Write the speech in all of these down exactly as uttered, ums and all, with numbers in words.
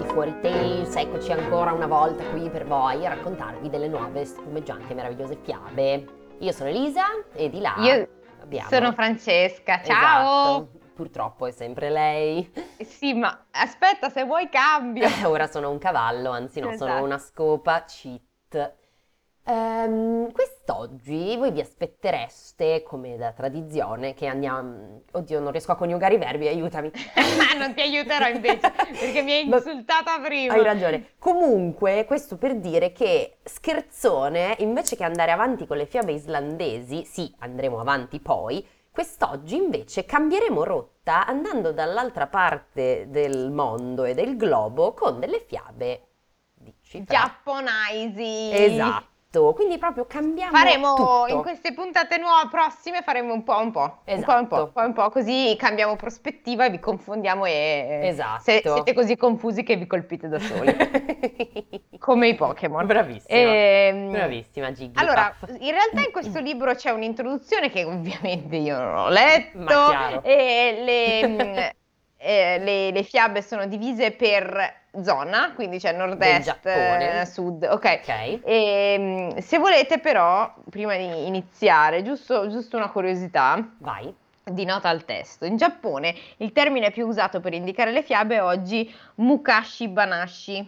Fuori Tales, eccoci ancora una volta qui per voi a raccontarvi delle nuove spumeggianti e meravigliose fiabe. Io sono Elisa e di là Io abbiamo... sono Francesca, ciao! Esatto, purtroppo è sempre lei. Sì, ma aspetta, se vuoi cambio. Ora sono un cavallo, anzi no, sono Esatto. una scopa cheat. Ehm, quest'oggi voi vi aspettereste, come da tradizione, che andiamo... Oddio, non riesco a coniugare i verbi, aiutami. Non ti aiuterò invece, perché mi hai Ma- insultata prima. Hai ragione. Comunque, questo per dire che scherzone, invece che andare avanti con le fiabe islandesi, sì, andremo avanti poi, quest'oggi invece cambieremo rotta andando dall'altra parte del mondo e del globo con delle fiabe dici, fra- Giapponaisi. Esatto, quindi proprio cambiamo Faremo tutto. in queste puntate nuove prossime faremo un po' un po', un po' un po', Esatto. poi un po', così cambiamo prospettiva e vi confondiamo e Esatto. se- siete così confusi che vi colpite da soli, come i Pokémon. Bravissima. Ehm, Bravissima Jigglypuff. Allora, in realtà in questo libro c'è un'introduzione che ovviamente io non ho letto, Ma chiaro. e le, mh, eh, le- le fiabe sono divise per zona, quindi c'è Del nord-est, Giappone. eh, sud, ok. Ok. E, mh, se volete però, prima di iniziare, giusto, giusto una curiosità Vai. di nota al testo. In Giappone il termine più usato per indicare le fiabe è oggi Mukashi Banashi.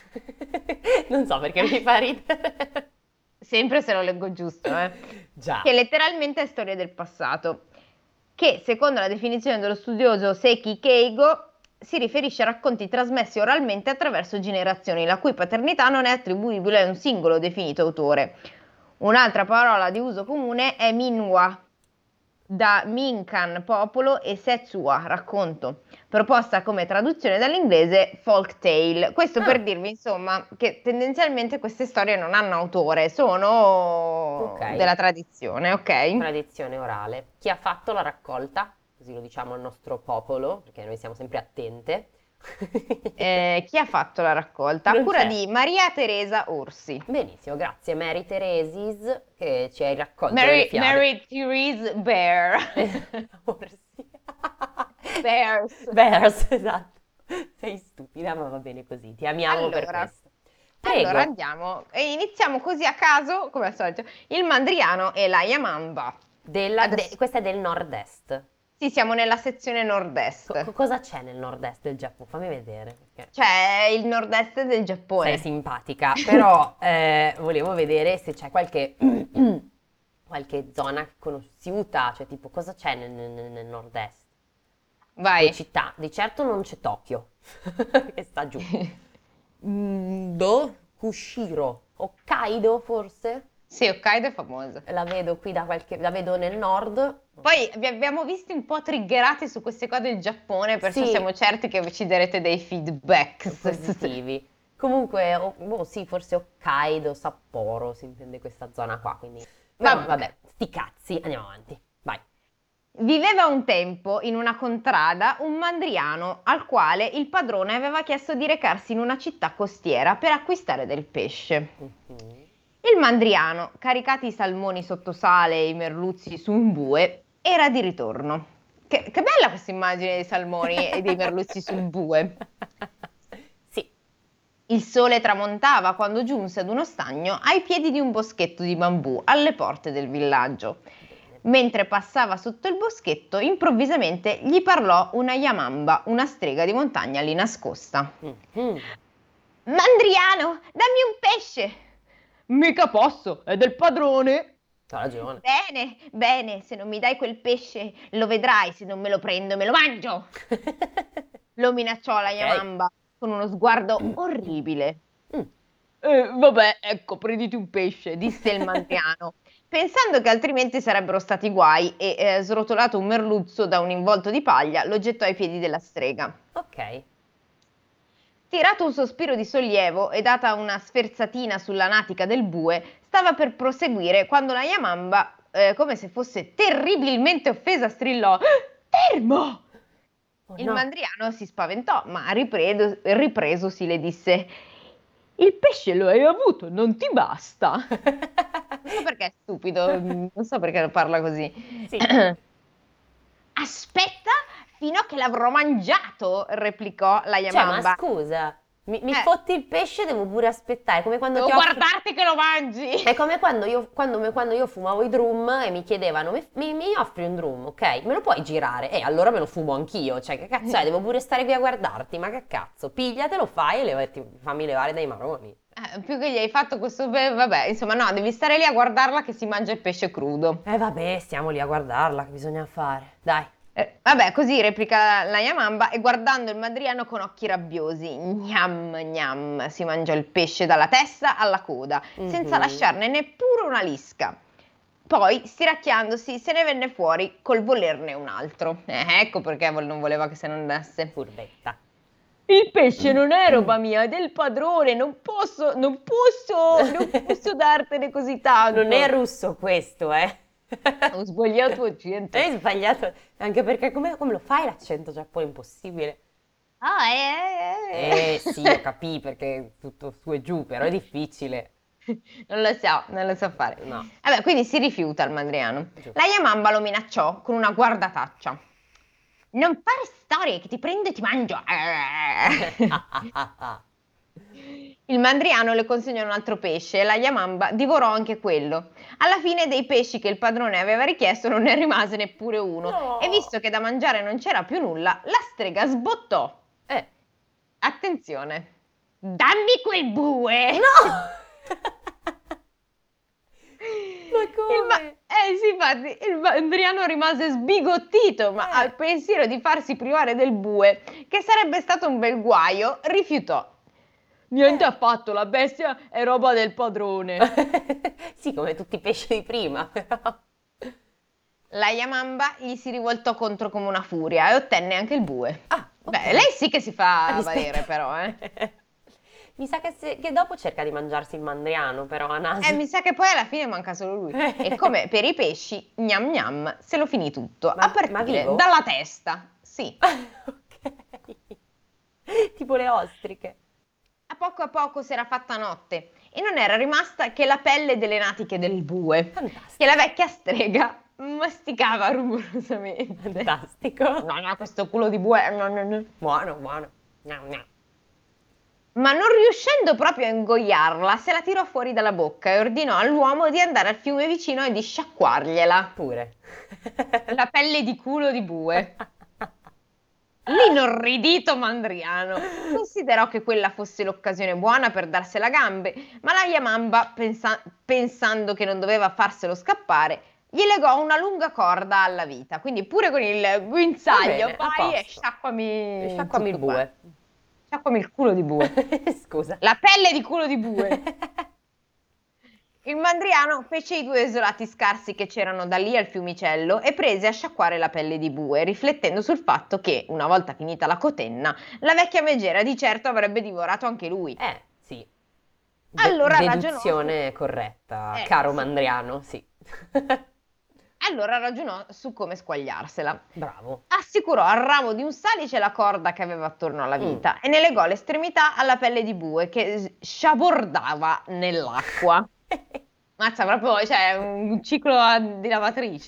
Non so perché mi fa ridere. Sempre se lo leggo giusto, eh. Già. Che letteralmente è storia del passato, che secondo la definizione dello studioso Seki Keigo si riferisce a racconti trasmessi oralmente attraverso generazioni, la cui paternità non è attribuibile a un singolo definito autore. Un'altra parola di uso comune è minwa, da Minkan, popolo, e Setsua, racconto, proposta come traduzione dall'inglese folk tale. Questo Ah. per dirvi, insomma, che tendenzialmente queste storie non hanno autore, sono Ok. della tradizione, ok? Tradizione orale. Chi ha fatto la raccolta? Così lo diciamo al nostro popolo, perché noi siamo sempre attente. Eh, chi ha fatto la raccolta? A Non cura c'è. di Maria Teresa Orsi. Benissimo, grazie Mary Teresis che ci hai raccolto delle Mary, fiabe. Mary Therese Bear. Orsi. Bears. Bears, esatto. Sei stupida, ma va bene così. Ti amiamo per Allora, questo. Prego. allora andiamo e iniziamo così a caso, come al solito, il Mandriano e la Yamamba. Della- Adesso- de- questa è del nord-est. Sì, siamo nella sezione nord-est. Co- cosa c'è nel nord-est del Giappone? Fammi vedere. Perché C'è il nord-est del Giappone. sei simpatica, però eh, volevo vedere se c'è qualche, qualche zona conosciuta, cioè tipo cosa c'è nel, nel- nel nord-est? Vai. Due città, di certo non c'è Tokyo, che sta giù. Mm, Do, Kushiro, Hokkaido forse? Sì, Hokkaido è famosa. La vedo qui da qualche, la vedo nel nord. Poi vi abbiamo visti un po' triggerati su queste cose del Giappone, perciò Sì. siamo certi che ci darete dei feedback. Positivi. Comunque, oh, boh, sì, forse Hokkaido, Sapporo, si intende questa zona qua, quindi... Però, Vabbè. vabbè, sti cazzi, andiamo avanti, vai. Viveva un tempo in una contrada un mandriano al quale il padrone aveva chiesto di recarsi in una città costiera per acquistare del pesce. Mhm. Il mandriano, caricati i salmoni sotto sale e i merluzzi su un bue, era di ritorno. Che, che bella questa immagine dei salmoni e dei merluzzi sul bue. Sì, Il sole tramontava quando giunse ad uno stagno ai piedi di un boschetto di bambù alle porte del villaggio. Mentre passava sotto il boschetto, improvvisamente gli parlò una Yamamba, una strega di montagna lì nascosta. Mhm. Mandriano, dammi un pesce! Mica posso, è del padrone. C'ha ragione. Bene, bene, se non mi dai quel pesce lo vedrai, se non me lo prendo me lo mangio. Lo minacciò la Ok. Yamamba con uno sguardo orribile. Mm. Eh, vabbè, ecco, prenditi un pesce, disse il mandriano, pensando che altrimenti sarebbero stati guai e, eh, srotolato un merluzzo da un involto di paglia, lo gettò ai piedi della strega. Ok. Tirato un sospiro di sollievo e data una sferzatina sulla natica del bue, stava per proseguire quando la Yamamba, eh, come se fosse terribilmente offesa, strillò: Fermo! Oh, Il no. mandriano si spaventò, ma ripreso, ripresosi le disse: Il pesce lo hai avuto, non ti basta. Non so perché è stupido, non so perché parla così. Sì. Aspetta fino a che l'avrò mangiato, replicò la Cioè, ma Yamamba. scusa, Mi, mi Eh, fotti il pesce, devo pure aspettare, come quando devo ti offri... guardarti che lo mangi. È come quando io, quando, quando io fumavo i drum e mi chiedevano, mi, mi- mi offri un drum, ok? Me lo puoi girare? E allora me lo fumo anch'io, cioè che cazzo è? Devo pure stare qui a guardarti, ma che cazzo? Pigliatelo, fai e levati- fammi levare dai maroni. Eh, più che gli hai fatto questo, beh, vabbè, insomma, no, devi stare lì a guardarla che si mangia il pesce crudo. E vabbè, stiamo lì a guardarla, che bisogna fare? Dai. Eh, vabbè, così replica la Yamamba e guardando il Madriano con occhi rabbiosi, gnam gnam, si mangia il pesce dalla testa alla coda, senza Mhm. lasciarne neppure una lisca. Poi, stiracchiandosi, se ne venne fuori col volerne un altro. Eh, ecco perché vol- non voleva che se ne andasse. Furbetta. Il pesce non è roba mia, è del padrone, non posso, non posso, non posso dartene così tanto. Non è russo questo, eh. Ho sbagliato accento. Hai sbagliato, anche perché come, come lo fai l'accento giapponese? Impossibile. Ah, eh, eh, Eh sì, lo capì perché è tutto su e giù, però è difficile. Non lo so, non lo so fare. No, Vabbè, quindi si rifiuta il Madriano. giusto. La Yamamba lo minacciò con una guardataccia. Non fare storie che ti prendo e ti mangio. Il Mandriano le consegnò un altro pesce e la Yamamba divorò anche quello. Alla fine dei pesci che il padrone aveva richiesto non ne rimase neppure uno No. e visto che da mangiare non c'era più nulla, la strega sbottò. Eh, Attenzione, dammi quel bue! no! Ma Il ma- come? eh sì, infatti, il Mandriano rimase sbigottito, ma Eh. al pensiero di farsi privare del bue, che sarebbe stato un bel guaio, rifiutò. Niente Eh. affatto, la bestia è roba del padrone. Sì, come tutti i pesci di prima, però. La Yamamba gli si rivoltò contro come una furia e ottenne anche il bue. Ah, ok. Beh, lei sì che si fa Rispetto- valere però, eh. Mi sa che, se- che dopo cerca di mangiarsi il mandriano, però a naso. Eh, mi sa che poi alla fine manca solo lui. E come per i pesci, gnam gnam, se lo finì tutto, Ma- a partire ma vivo? dalla testa. Sì. Ok. Tipo le ostriche. A poco a poco si era fatta notte e non era rimasta che la pelle delle natiche del bue, Fantastico. che la vecchia strega masticava rumorosamente. Fantastico. No, no, questo culo di bue, no, no, no. Buono, buono. Gnam, gnam. Ma non riuscendo proprio a ingoiarla, se la tirò fuori dalla bocca e ordinò all'uomo di andare al fiume vicino e di sciacquargliela. Pure. La pelle di culo di bue. L'inorridito Mandriano considerò che quella fosse l'occasione buona per darsela a gambe, ma la Yamamba, pensa- pensando che non doveva farselo scappare, gli legò una lunga corda alla vita. Quindi pure con il guinzaglio, Va bene, a vai e posto. sciacquami, Sciacquami il tutto qua. bue. Sciacquami il culo di bue. Scusa. La pelle di culo di bue. Il Mandriano fece i due esolati scarsi che c'erano da lì al fiumicello e prese a sciacquare la pelle di bue, riflettendo sul fatto che, una volta finita la cotenna, la vecchia megera di certo avrebbe divorato anche lui. Eh, sì. De- Allora ragionò deduzione corretta, Eh, caro sì. Mandriano, sì. Allora ragionò su come squagliarsela. Bravo. Assicurò al ramo di un salice la corda che aveva attorno alla vita e ne legò l'estremità alla pelle di bue che s- sciabordava nell'acqua. Mazza, proprio, cioè, un ciclo a- di lavatrice.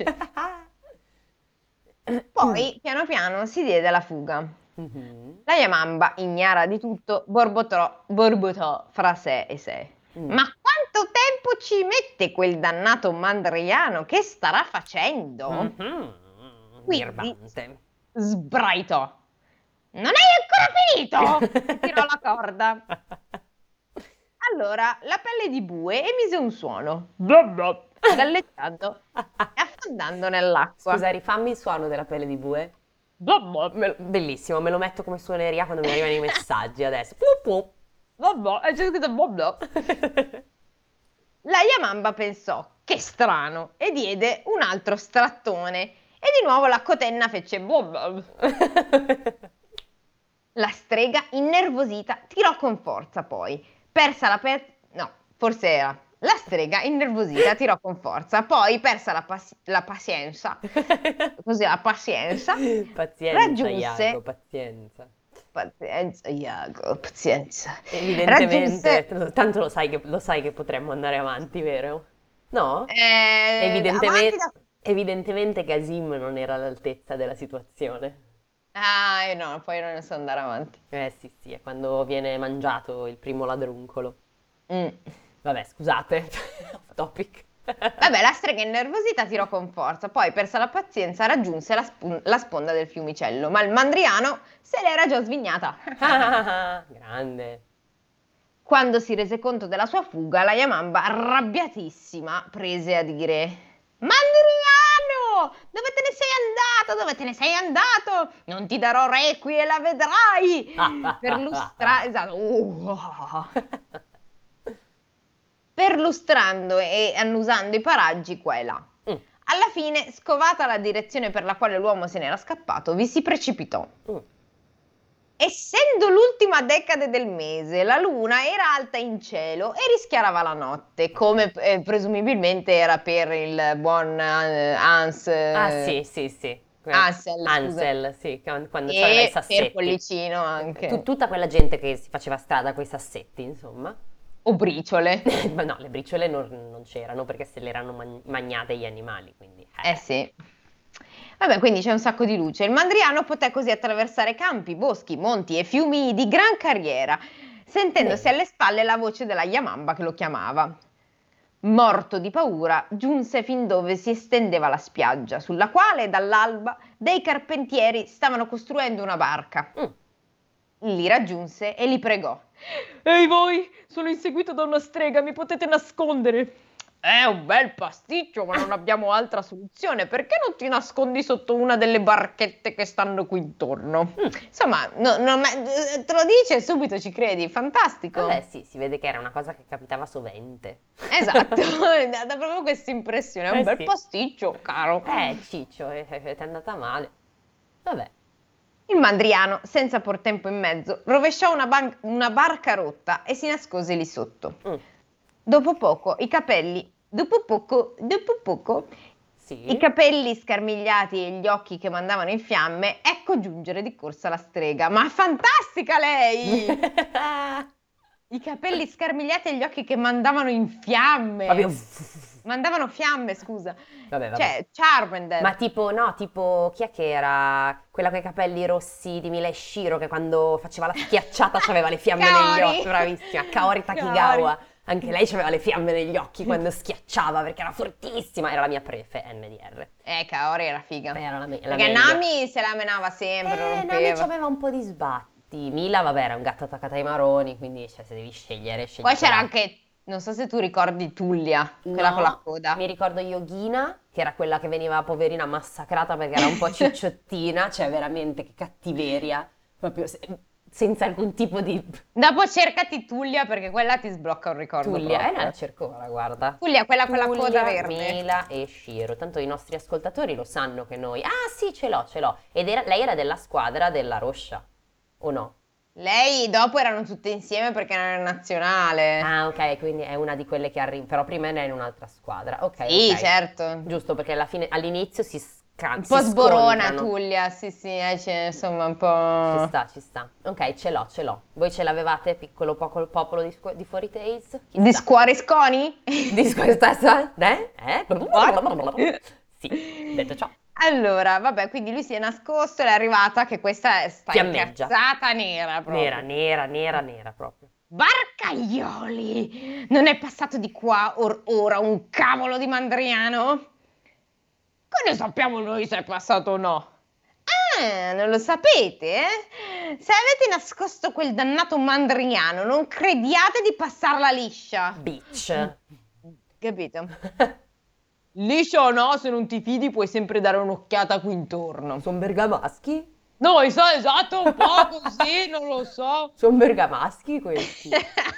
Poi, piano piano, si diede alla fuga. Mhm. La Yamamba, ignara di tutto, borbottò, borbottò fra sé e sé. Mm. Ma quanto tempo ci mette quel dannato Mandriano? Che starà facendo? Mhm. Quindi- Birbante. Sbraitò. Non hai ancora finito? E tirò la corda. Allora, la pelle di bue emise un suono, galleggiando e affondando nell'acqua. Scusa, rifammi il suono della pelle di bue. Bla bla. Me lo- bellissimo, me lo metto come suoneria quando mi arrivano i messaggi adesso. Plup, plup. Bla bla, è già scritto bla bla. La Yamamba pensò, che strano, e diede un altro strattone. E di nuovo la cotenna fece bla bla. La strega, innervosita, tirò con forza poi. Persa la pe... No, forse era. La strega, innervosita, tirò con forza. Poi, persa la, pas- la pazienza, così la pazienza, Pazienza, raggiunse... Iago, pazienza. Pazienza, Iago, pazienza. Evidentemente, Raggiunse... tanto lo sai che, lo sai che potremmo andare avanti, vero? No? Eh, Evidentemente, avanti da- evidentemente Casim non era all'altezza della situazione. Ah, io no, poi non ne so andare avanti. Eh sì, sì, è quando viene mangiato il primo ladruncolo. Mm. Vabbè, scusate, off topic. Vabbè, la strega innervosita tirò con forza, poi persa la pazienza, raggiunse la, spu- la sponda del fiumicello, ma il mandriano se l'era già svignata. Grande. Quando si rese conto della sua fuga, la Yamamba, arrabbiatissima, prese a dire: Mandriano, dove te ne sei andato? Dove te ne sei andato? Non ti darò requi e la vedrai! Perlustra- esatto. Uh. Perlustrando e annusando i paraggi qua e là. Mm, Alla fine, scovata la direzione per la quale l'uomo se n'era scappato, vi si precipitò. mm. Essendo l'ultima decade del mese, la luna era alta in cielo e rischiarava la notte, come eh, presumibilmente era per il buon eh, Hans, Ah eh, sì, sì, sì. Que- Ansel, scusa, Ansel, sì, quan- quando c'aveva i e per sassetti. Pollicino Tu- anche, tutta quella gente che si faceva strada con i sassetti, insomma. o briciole. Ma no, le briciole non, non c'erano perché se le erano man- magnate gli animali, quindi... Eh Eh. sì. Vabbè, quindi c'è un sacco di luce. Il Mandriano poté così attraversare campi, boschi, monti e fiumi di gran carriera, sentendosi Bene. alle spalle la voce della Yamamba che lo chiamava. Morto di paura, giunse fin dove si estendeva la spiaggia, sulla quale dall'alba dei carpentieri stavano costruendo una barca. Mm. Li raggiunse e li pregò. Ehi voi, sono inseguito da una strega, mi potete nascondere? È un bel pasticcio, ma non abbiamo altra soluzione. Perché non ti nascondi sotto una delle barchette che stanno qui intorno? Mm. Insomma, no- no- ma- te lo dice e subito ci credi, fantastico. Vabbè, sì, si vede che era una cosa che capitava sovente. Esatto, dà dà proprio questa impressione, è un Eh bel sì. pasticcio, caro. Eh, Ciccio, eh, eh, ti è andata male. Vabbè. Il Mandriano, senza por tempo in mezzo, rovesciò una, ban- una barca rotta e si nascose lì sotto. Mm. Dopo poco i capelli, dopo poco, dopo poco, Sì. i capelli scarmigliati e gli occhi che mandavano in fiamme, ecco giungere di corsa la strega. Ma fantastica lei! I capelli scarmigliati e gli occhi che mandavano in fiamme. Proprio... Mandavano fiamme, scusa. Vabbè, vabbè. Cioè, Charmander. Ma tipo, no, tipo, chi è che era quella con i capelli rossi di Mila e Shiro che quando faceva la schiacciata aveva le fiamme negli Kaori. occhi, bravissima, Kaori Takigawa, anche lei aveva le fiamme negli occhi quando schiacciava perché era fortissima, era la mia prefe, N D R. Eh, Kaori era figa. Eh, Era la, me- la Perché meglio. Nami se la menava sempre, Eh, Nami rompeva. aveva un po' di sbatti, Mila vabbè era un gatto attaccato ai maroni, quindi cioè, se devi scegliere, scegli Poi c'era quella. anche, non so se tu ricordi Tullia, quella No, con la coda. mi ricordo Yogina, che era quella che veniva poverina massacrata perché era un po' cicciottina, cioè veramente che cattiveria, proprio se- senza alcun tipo di Dopo cercati Tullia perché quella ti sblocca un ricordo Tullia. Eh, proprio. no, la cerco ora, guarda. Tullia, quella con la Tullia, coda verde. Mila e Shiro. Tanto i nostri ascoltatori lo sanno che noi... Ah sì, ce l'ho, ce l'ho. Ed era, lei era della squadra della Roscia, o no? Lei dopo erano tutte insieme perché era nazionale. Ah, ok, quindi è una di quelle che arriva, però prima era in un'altra squadra. Ok, Sì, ok. certo. Giusto, perché alla fine, all'inizio si sca- Un si po' sborona scontrano. Tullia, sì sì, eh, c'è, insomma un Ci po'... sta, ci sta. Ok, ce l'ho, ce l'ho. Voi ce l'avevate, piccolo poco- popolo di, scu- di Fuori Tales? Di scuorisconi? Di questa... Eh? Eh? Sì, detto ciò. Allora, vabbè, quindi lui si è nascosto e è arrivata che questa è sta Fiammeggia. incazzata nera proprio. Nera, nera, nera, nera proprio. Barcaioli! Non è passato di qua or ora un cavolo di Mandriano? Che ne sappiamo noi se è passato o no? Ah, non lo sapete, eh? Se avete nascosto quel dannato Mandriano, non crediate di passarla liscia. Bitch. Capito? Liscia o no, se non ti fidi puoi sempre dare un'occhiata qui intorno. Sono bergamaschi? No, so esatto, un po' così, non lo so. Sono bergamaschi questi?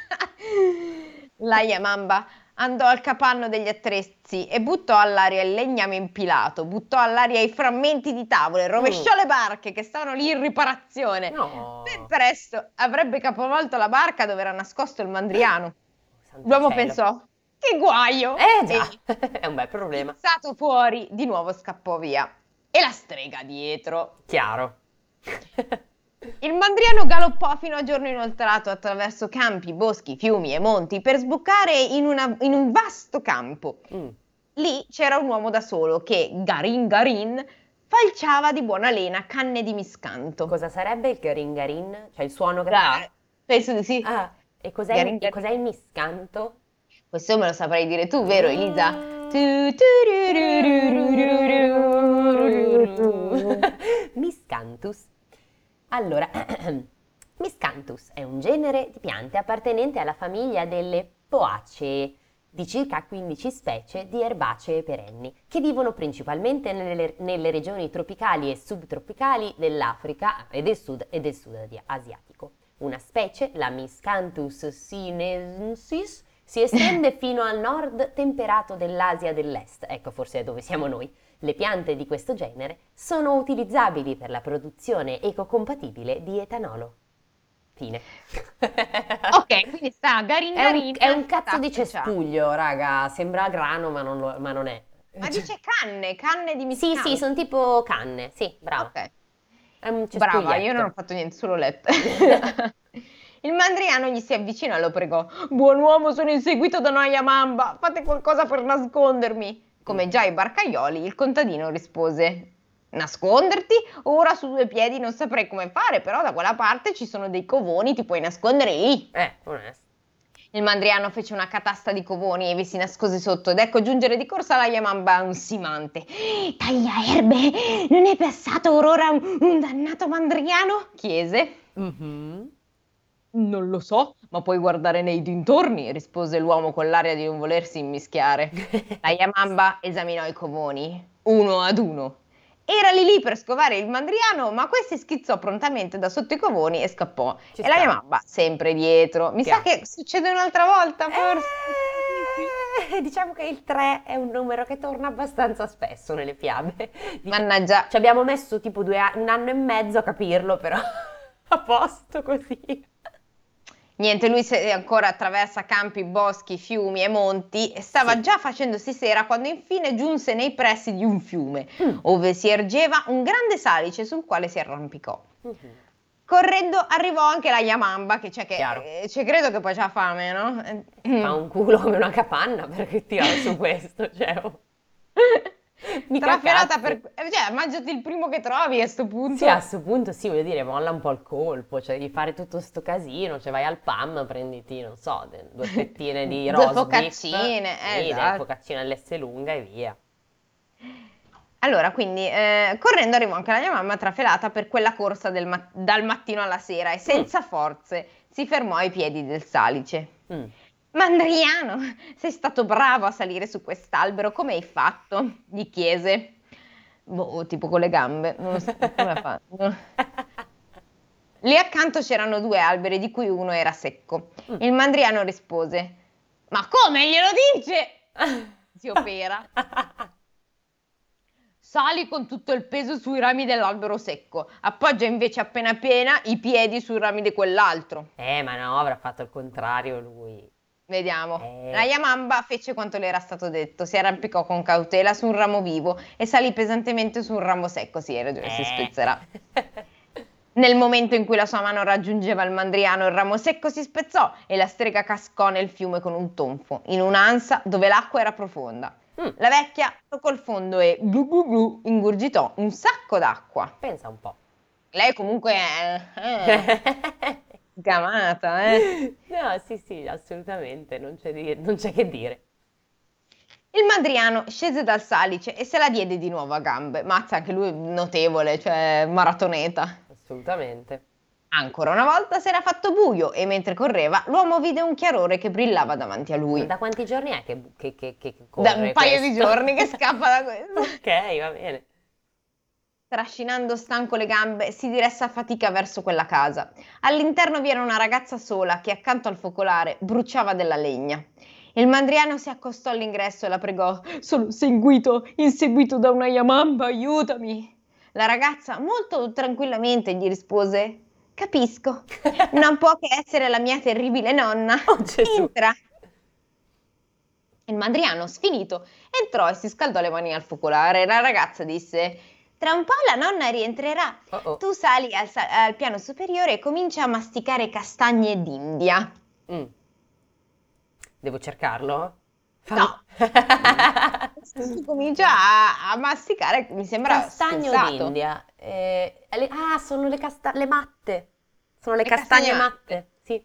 La Yamamba andò al capanno degli attrezzi e buttò all'aria il legname impilato, buttò all'aria i frammenti di tavole, rovesciò le barche che stavano lì in riparazione. No. Ben presto avrebbe capovolto la barca dove era nascosto il Mandriano. Santo L'uomo cielo. pensò, che guaio! Eh già, E, è un bel problema. spizzato fuori, di nuovo scappò via. E la strega dietro. Chiaro. Il Mandriano galoppò fino a giorno inoltrato attraverso campi, boschi, fiumi e monti per sbucare in, una- in un vasto campo. Mm. Lì c'era un uomo da solo che, garin garin, falciava di buona lena canne di miscanto. Cosa sarebbe il garin garin? Cioè il suono che Dai, fa? penso di sì. Ah, e cos'è, Garin e garin. cos'è il miscanto? Questo me lo saprai dire tu, vero Elisa? Ah. Tu, turururururururururu. Miscanthus. Allora, Miscanthus è un genere di piante appartenente alla famiglia delle Poacee, di circa quindici specie di erbacee perenni, che vivono principalmente nelle, nelle regioni tropicali e subtropicali dell'Africa e del sud e del sud asiatico. Una specie, la Miscanthus sinensis, si estende fino al nord temperato dell'Asia dell'Est, ecco forse è dove siamo noi. Le piante di questo genere sono utilizzabili per la produzione ecocompatibile di etanolo. Fine. Ok, quindi sta garin È un, garin. è un cazzo di sta- cespuglio, raga, sembra grano ma non, lo- ma non è. Ma dice canne, canne di Sì, miscanto. sì, sono tipo canne, sì, brava. Ok. È un Brava, io non ho cespuglietto. fatto niente, solo letto. Il mandriano gli si avvicinò e lo pregò. Buon uomo, sono inseguito da una Yamamba, fate qualcosa per nascondermi. Come già i barcaioli, il contadino rispose. Nasconderti? Ora su due piedi non saprei come fare, però da quella parte ci sono dei covoni, ti puoi nascondere lì. Eh, onesto. Il mandriano fece una catasta di covoni e vi si nascose sotto ed ecco giungere di corsa la Yamamba ansimante. Tagliaerbe, non è passato or ora un, un dannato mandriano? Chiese. Mhm. Non lo so, ma puoi guardare nei dintorni, rispose l'uomo con l'aria di non volersi immischiare. La Yamamba esaminò i covoni, uno ad uno. Era lì lì per scovare il mandriano, ma questi schizzò prontamente da sotto i covoni e scappò. Ci e la sta. Yamamba sempre dietro. Mi sa Piano. che succede un'altra volta, forse. Eh, diciamo che il tre è un numero che torna abbastanza spesso nelle fiabe. Mannaggia. Ci abbiamo messo tipo due a- un anno e mezzo a capirlo, però a posto così. Niente, lui se- ancora attraversa campi, boschi, fiumi e monti e stava Sì. già facendosi sera quando infine giunse nei pressi di un fiume, Mm. ove si ergeva un grande salice sul quale si arrampicò. Mhm. Correndo arrivò anche la Yamamba, che c'è che Chiaro. eh, c'è credo che poi c'ha fame, no? Fa un culo come una capanna perché tirare su questo, cioè, oh. Mica Trafelata cazzo. per eh, cioè, mangiati il primo che trovi a sto punto. Sì, a questo punto sì, voglio dire, molla un po' il colpo, cioè di fare tutto sto casino, cioè vai al P A M, prenditi, non so, de- due fettine di Due roast beef, focaccine, eh, sì, dai, esatto. focaccine all'S lunga e via. Allora, quindi eh, correndo arrivò anche la mia mamma trafelata per quella corsa del ma- dal mattino alla sera e senza forze si fermò ai piedi del salice. Mm. Mandriano, sei stato bravo a salire su quest'albero, come hai fatto? Gli chiese. Boh, tipo con le gambe, non lo so come ha fatto. Lì accanto c'erano due alberi di cui uno era secco. Mm. Il mandriano rispose: Ma come glielo dice? Zio Pera. Sali con tutto il peso sui rami dell'albero secco, appoggia invece appena appena i piedi sui rami di quell'altro. Eh, ma no, avrà fatto il contrario lui. Vediamo. Eh. La Yamamba fece quanto le era stato detto, si arrampicò con cautela su un ramo vivo e salì pesantemente su un ramo secco. Sì, hai ragione, si Eh. spezzerà. Nel momento in cui la sua mano raggiungeva il mandriano, il ramo secco si spezzò e la strega cascò nel fiume con un tonfo, in un'ansa dove l'acqua era profonda. Mm. La vecchia toccò il fondo e glu glu glu ingurgitò un sacco d'acqua. Pensa un po'. Lei comunque è eh, sgamata, eh. No, sì, sì, assolutamente, non c'è, di- non c'è che dire. Il mandriano scese dal salice e se la diede di nuovo a gambe. Mazza, anche lui notevole, cioè maratoneta. Assolutamente. Ancora una volta si era fatto buio e mentre correva l'uomo vide un chiarore che brillava davanti a lui. Da quanti giorni è che, che, che, che Da corre un paio di questo? giorni che scappa da questo. Ok, va bene. Trascinando stanco le gambe, si diresse a fatica verso quella casa. All'interno vi era una ragazza sola che accanto al focolare bruciava della legna. Il mandriano si accostò all'ingresso e la pregò: Sono seguito, inseguito da una Yamamba, aiutami. La ragazza molto tranquillamente gli rispose: Capisco, non può che essere la mia terribile nonna. Oh, Gesù. Entra. Il mandriano, sfinito, entrò e si scaldò le mani al focolare. La ragazza disse: Tra un po' la nonna rientrerà. Oh, oh. Tu sali al, sa- al piano superiore e comincia a masticare castagne d'India. Mm. Devo cercarlo? Fammi- No. Si comincia a, a masticare, mi sembra Castagno scherzato. d'India. Eh, le- ah, sono le, casta- le matte. Sono le Le castagne castagne matte. Sì.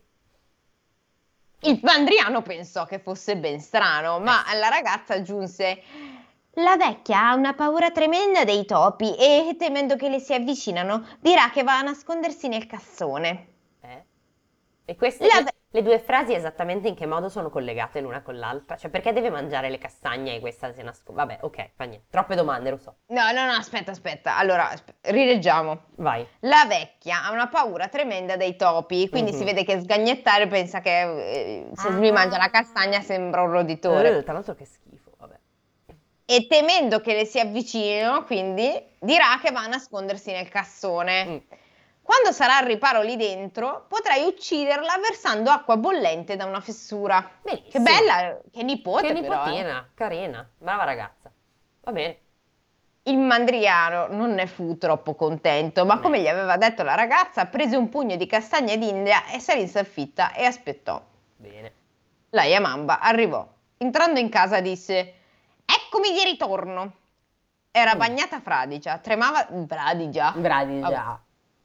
Il Mandriano pensò che fosse ben strano, ma Eh, la ragazza aggiunse: La vecchia ha una paura tremenda dei topi e, temendo che le si avvicinano, dirà che va a nascondersi nel cassone. eh. E queste, La le, ve- le due frasi esattamente in che modo sono collegate l'una con l'altra? Cioè, perché deve mangiare le castagne e questa si nasconde? Vabbè, ok, fa niente. Troppe domande, lo so. No, no, no, aspetta, aspetta. Allora, aspe- rileggiamo. Vai. La vecchia ha una paura tremenda dei topi, quindi si Mhm. vede che sgagnettate pensa che eh, se lui mangia la castagna Ah. sembra un roditore. Eh, tra l'altro che schifo, vabbè. E temendo che le si avvicinino, quindi dirà che va a nascondersi nel Mm. cassone. Quando sarà al riparo lì dentro, potrai ucciderla versando acqua bollente da una fessura. Che Benissimo. bella, che nipote Che però, eh. nipotina, carina, brava ragazza. Va bene. Il mandriano non ne fu troppo contento, ma Eh, come gli aveva detto la ragazza, prese un pugno di castagne d'India e salì in soffitta e aspettò. bene. La Yamamba arrivò. Entrando in casa disse: Eccomi di ritorno. Era Mm. bagnata fradicia, tremava fradigia. Bravi Vabbè. già.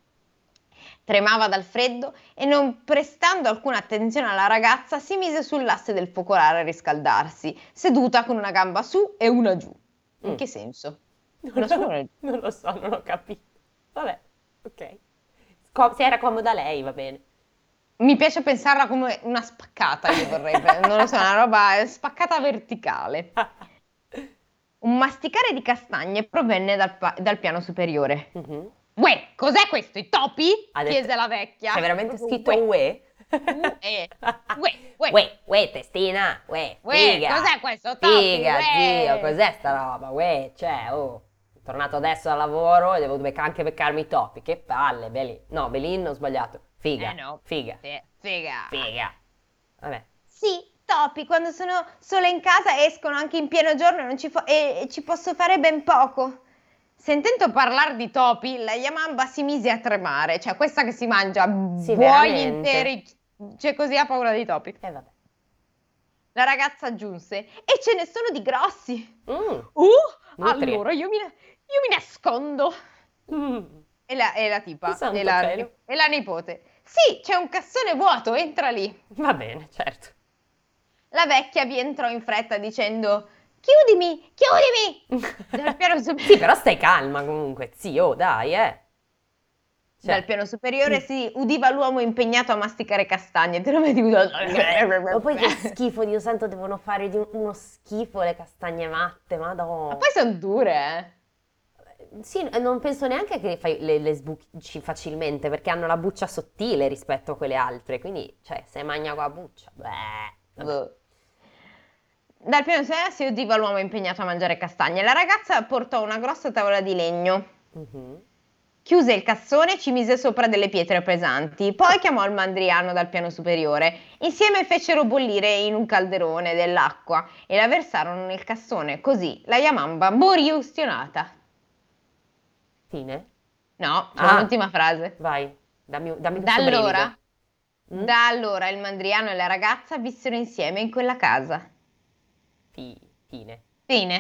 Tremava dal freddo e non prestando alcuna attenzione alla ragazza si mise sull'asse del focolare a riscaldarsi, seduta con una gamba su e una giù. In Mm. che senso? Non Una su e lo, una giù. non lo so, non ho capito. Vabbè, ok. Co- se era comoda lei, va bene. Mi piace pensarla come una spaccata, io vorrei, non lo so, una roba spaccata verticale. Un masticare di castagne provenne dal, pa- dal piano superiore. Mhm. Uè, cos'è questo? I topi? Ha detto- Chiese la vecchia. C'è veramente Proprio scritto uè. uè? Uè, uè, uè. Uè, uè, testina, uè, Uè, figa. cos'è questo topi? Figa, Uè. zio, cos'è sta roba? Uè, cioè, oh. Sono tornato adesso dal lavoro e devo becca- anche beccarmi i topi. Che palle, Belin. No, Belin, ho sbagliato. Figa, Eh no. figa, Sì, figa. figa. Vabbè. Sì, topi, quando sono sola in casa escono anche in pieno giorno e, non ci, fo- e- e ci posso fare ben poco. Sentendo parlare di topi, la Yamamba si mise a tremare, cioè questa che si mangia Sì, buoi veramente. interi, cioè così ha paura dei topi. E vabbè. La ragazza aggiunse, e ce ne sono di grossi. Mm, Uh, nutria. allora io mi, io mi nascondo. Mm. E la, e la tipa, Santo e la, cielo. e la nipote. Sì, c'è un cassone vuoto, entra lì. Va bene, certo. La vecchia vi entrò in fretta dicendo, chiudimi, chiudimi. Dal piano, sup- Sì, però stai calma comunque, zio, dai, eh. Cioè, Dal piano superiore si udiva l'uomo impegnato a masticare castagne. Te lo vedi udato? ma poi che schifo, Dio santo, devono fare di un- uno schifo le castagne matte, madonna. Ma poi sono dure, eh. Sì, e non penso neanche che fai- le, le sbucci facilmente, perché hanno la buccia sottile rispetto a quelle altre, quindi, cioè, se magna con la buccia, beh, vabbè. Boh. Dal piano superiore si udiva l'uomo impegnato a mangiare castagne. La ragazza portò una grossa tavola di legno. Mhm. Chiuse il cassone e ci mise sopra delle pietre pesanti. Poi chiamò il mandriano dal piano superiore. Insieme fecero bollire in un calderone dell'acqua e la versarono nel cassone. Così la Yamamba morì ustionata. Fine? No, c'è Ah. un'ultima frase. Vai, dammi, dammi Da questo allora, brivido. Mm? da allora il mandriano e la ragazza vissero insieme in quella casa. Fi- fine. Fine.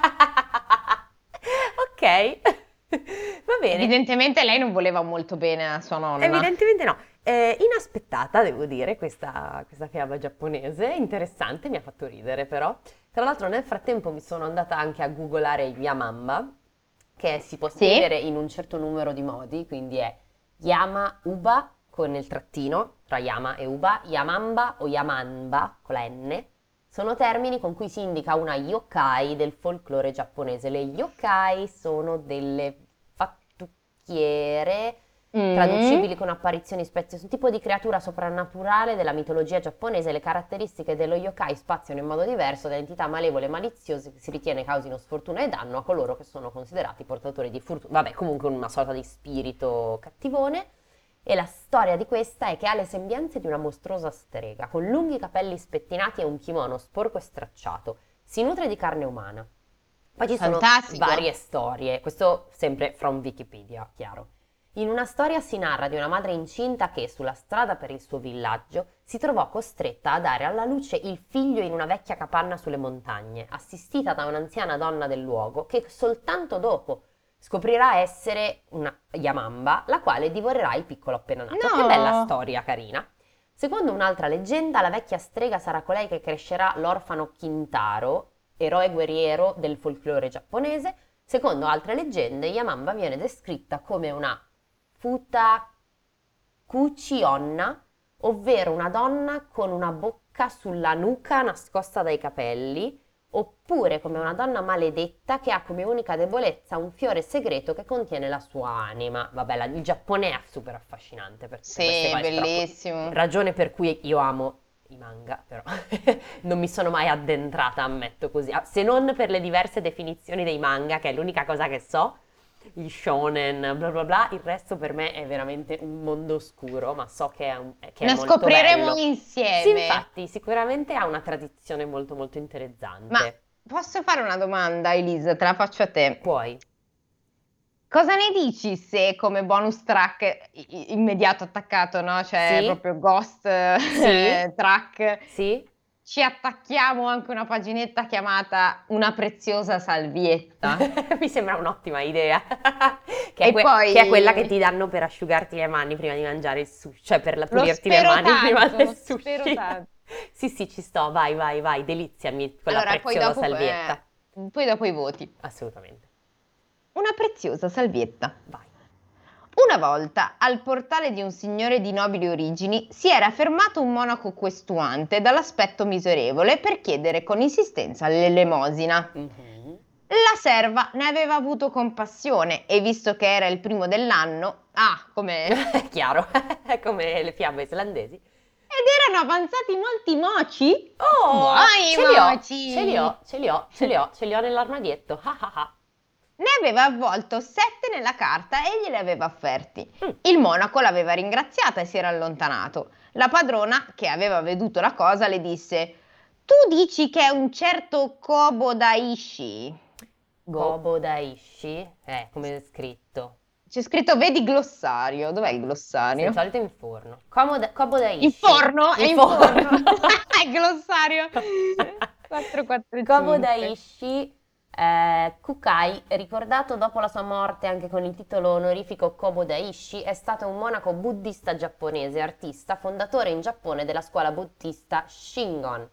Ok, va bene. Evidentemente lei non voleva molto bene a sua nonna. Evidentemente no. Eh, inaspettata, devo dire, questa, questa fiaba giapponese, interessante, mi ha fatto ridere però. Tra l'altro nel frattempo mi sono andata anche a googolare Yamamba, che si può Sì? scrivere in un certo numero di modi, quindi è Yama Uba con il trattino tra Yama e Uba, Yamamba o Yamanba con la N. Sono termini con cui si indica una yokai del folklore giapponese. Le yokai sono delle fattucchiere Mm. traducibili con apparizioni spezie, un tipo di creatura soprannaturale della mitologia giapponese. Le caratteristiche dello yokai spaziano in modo diverso da entità malevole e maliziose che si ritiene causino sfortuna e danno a coloro che sono considerati portatori di fortuna. Vabbè, comunque una sorta di spirito cattivone. E la storia di questa è che ha le sembianze di una mostruosa strega, con lunghi capelli spettinati e un kimono sporco e stracciato. Si nutre di carne umana. Poi ci sono Fantastico. varie storie, questo sempre from Wikipedia, chiaro. In una storia si narra di una madre incinta che, sulla strada per il suo villaggio, si trovò costretta a dare alla luce il figlio in una vecchia capanna sulle montagne, assistita da un'anziana donna del luogo che soltanto dopo scoprirà essere una Yamamba, la quale divorerà il piccolo appena nato. No! Che bella storia, carina! Secondo un'altra leggenda, la vecchia strega sarà colei che crescerà l'orfano Kintaro, eroe guerriero del folklore giapponese. Secondo altre leggende, Yamamba viene descritta come una Futakuchi Onna, ovvero una donna con una bocca sulla nuca nascosta dai capelli, oppure come una donna maledetta che ha come unica debolezza un fiore segreto che contiene la sua anima. Vabbè, la- il Giappone è super affascinante per tutte queste Sì, cose, però- bellissimo. ragione per cui io amo i manga, però non mi sono mai addentrata, ammetto così, Ah, se non per le diverse definizioni dei manga, che è l'unica cosa che so, gli shonen, bla bla bla, il resto per me è veramente un mondo oscuro, ma so che è, un- che è Lo molto scopriremo bello. Sì, insieme. infatti, sicuramente ha una tradizione molto molto Ma interessante. posso fare una domanda, Elisa? Te la faccio a te. Puoi? Cosa ne dici se come bonus track i- i- immediato attaccato, no? Cioè Sì? proprio ghost eh, Sì? track, Sì? ci attacchiamo anche una paginetta chiamata Una preziosa salvietta. Mi sembra un'ottima idea. Che è, E que- poi che è quella che ti danno per asciugarti le mani prima di mangiare il sushi, cioè per la- lo pulirti le spero mani prima tanto, del lo spero sushi. tanto. Sì, sì, ci sto, vai, vai, vai, deliziami con la Allora, poi preziosa dopo, salvietta. eh, poi dopo i voti. Assolutamente. Una preziosa salvietta. Vai. Una volta, al portale di un signore di nobili origini, si era fermato un monaco questuante dall'aspetto miserevole per chiedere con insistenza l'elemosina. Mhm. La serva ne aveva avuto compassione e visto che era il primo dell'anno, ah, come... ed Chiaro, come le fiabe islandesi. erano avanzati molti moci. Oh, Buoni ce li ho, moci! ce li ho, ce li ho, ce li ho, ce li ho nell'armadietto. Ah, ah, ah. Ne aveva avvolto sette nella carta e glieli aveva offerti. Mm. Il monaco l'aveva ringraziata e si era allontanato. La padrona, che aveva veduto la cosa, le disse: Tu dici che è un certo Kobo Daishi? Boh. Kobo Daishi, eh, come è scritto. C'è scritto vedi glossario. Dov'è il glossario? Di solito in forno. Kobo, da- Kobo Daishi. In forno? È In in forno. forno. È glossario. quattro quattro Kobo cinque. Daishi, eh, Kukai, ricordato dopo la sua morte anche con il titolo onorifico Kobo Daishi, è stato un monaco buddista giapponese, artista, fondatore in Giappone della scuola buddista Shingon.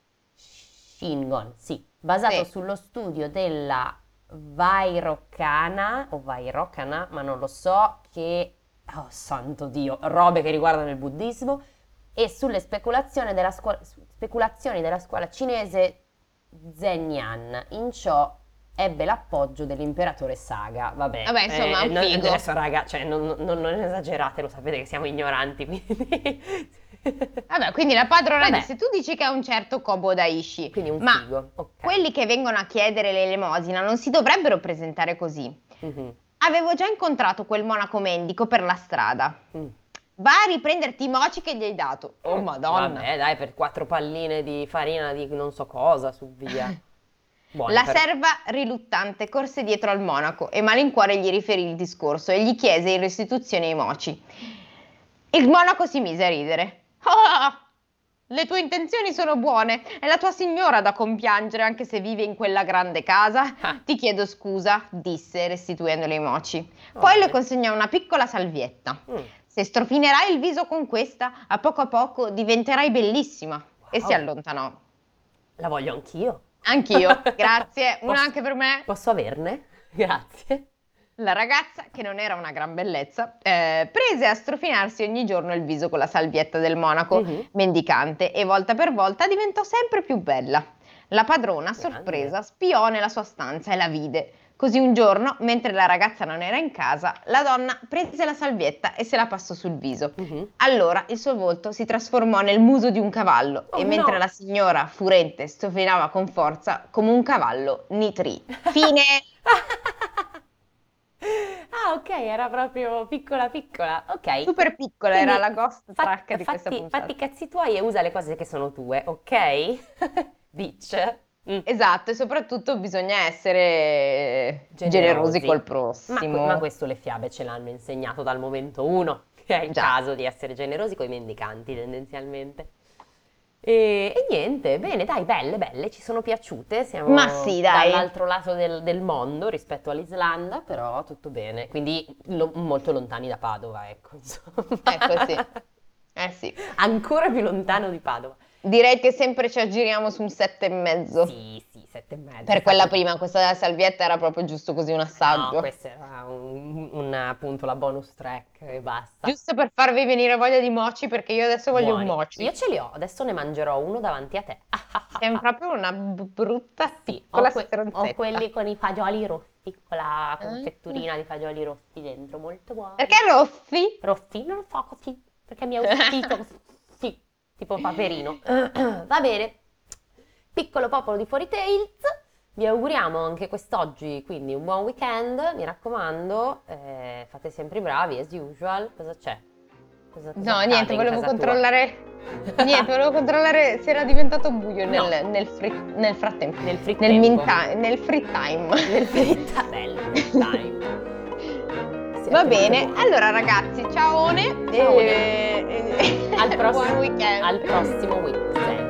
Shingon, sì, basato Sì. sullo studio della Vairocana o Vairocana, ma non lo so, che, oh santo Dio, robe che riguardano il buddismo, e sulle speculazioni della scuola, speculazioni della scuola cinese Zhenyan. In ciò ebbe l'appoggio dell'imperatore Saga. Vabbè, Vabbè, insomma, eh, un no- figo. adesso raga, cioè, non, non- non esagerate, lo sapete che siamo ignoranti, quindi... Vabbè, quindi la padrona Vabbè. disse: Tu dici che è un certo Kobo Daishi. Quindi un Ma figo, ok. quelli che vengono a chiedere l'elemosina non si dovrebbero presentare così. Mhm. Avevo già incontrato quel monaco mendico per la strada. Mm. Va a riprenderti i moci che gli hai dato. Oh, madonna. Vabbè, dai, per quattro palline di farina di non so cosa, su via. Buoni La per- serva, riluttante, corse dietro al monaco e malincuore gli riferì il discorso e gli chiese in restituzione i moci. Il monaco si mise a ridere. Ah, le tue intenzioni sono buone, è la tua signora da compiangere anche se vive in quella grande casa. Ah. Ti chiedo scusa, disse restituendole i moci. Va Poi bene. le consegnò una piccola salvietta. Mm. Se strofinerai il viso con questa, a poco a poco diventerai bellissima. E Wow. si allontanò. La voglio anch'io. Anch'io, grazie. Una Posso- anche per me. Posso averne? Grazie. La ragazza, che non era una gran bellezza, eh, prese a strofinarsi ogni giorno il viso con la salvietta del monaco Mhm. mendicante e volta per volta diventò sempre più bella. La padrona, sorpresa, spiò nella sua stanza e la vide. Così un giorno, mentre la ragazza non era in casa, la donna prese la salvietta e se la passò sul viso. Mhm. Allora il suo volto si trasformò nel muso di un cavallo Oh, e mentre no. la signora, furente, strofinava con forza, come un cavallo, nitrì. Fine! Ah, ok, era proprio piccola piccola. Ok. Super piccola, Quindi era la ghost fa- track di questa fatti, puntata. fatti i cazzi tuoi e usa le cose che sono tue, ok? Bitch. Mm. Esatto, e soprattutto bisogna essere Generosi. generosi col Ma, prossimo. ma questo le fiabe ce l'hanno insegnato dal momento uno, che è il Già. caso di essere generosi coi mendicanti tendenzialmente. E, e niente, bene, dai, belle, belle, ci sono piaciute, siamo Ma sì, dai. dall'altro lato del, del mondo rispetto all'Islanda, però tutto bene, quindi lo- molto lontani da Padova, ecco, insomma. Ecco, sì. Eh sì. Ancora più lontano di Padova. Direi che sempre ci aggiriamo su un sette e mezzo. Sì, sì, sette e mezzo. Per quella infatti- prima, questa della salvietta era proprio giusto così un assaggio. No, questa era un, un- appunto la bonus track e basta. Giusto per farvi venire voglia di mochi, perché io adesso voglio Buoni. un mochi. Io ce li ho, adesso ne mangerò uno davanti a te. Sei proprio una b- brutta Sì, piccola ho, que- stronzetta. ho quelli con i fagioli rossi, con la Ah. confetturina di fagioli rossi dentro, molto buoni. Perché rossi? Rossi? Non lo so, così, perché mi è uscito così, sì, tipo paperino. Va bene, piccolo popolo di Fuori Tales, vi auguriamo anche quest'oggi quindi un buon weekend, mi raccomando, eh, fate sempre i bravi, as usual. Cosa c'è? Cosa, cosa No, accade niente, in volevo casa tua? controllare. Niente, volevo controllare se era diventato buio No. nel, nel, free- nel frattempo. Nel free Nel, tempo. mean time- nel free time. Nel free time. Bello, free time. Siete Va molto bene, buoni. allora ragazzi, ciaone. Ciaone. E... Al prossimo, Buon weekend. al prossimo weekend.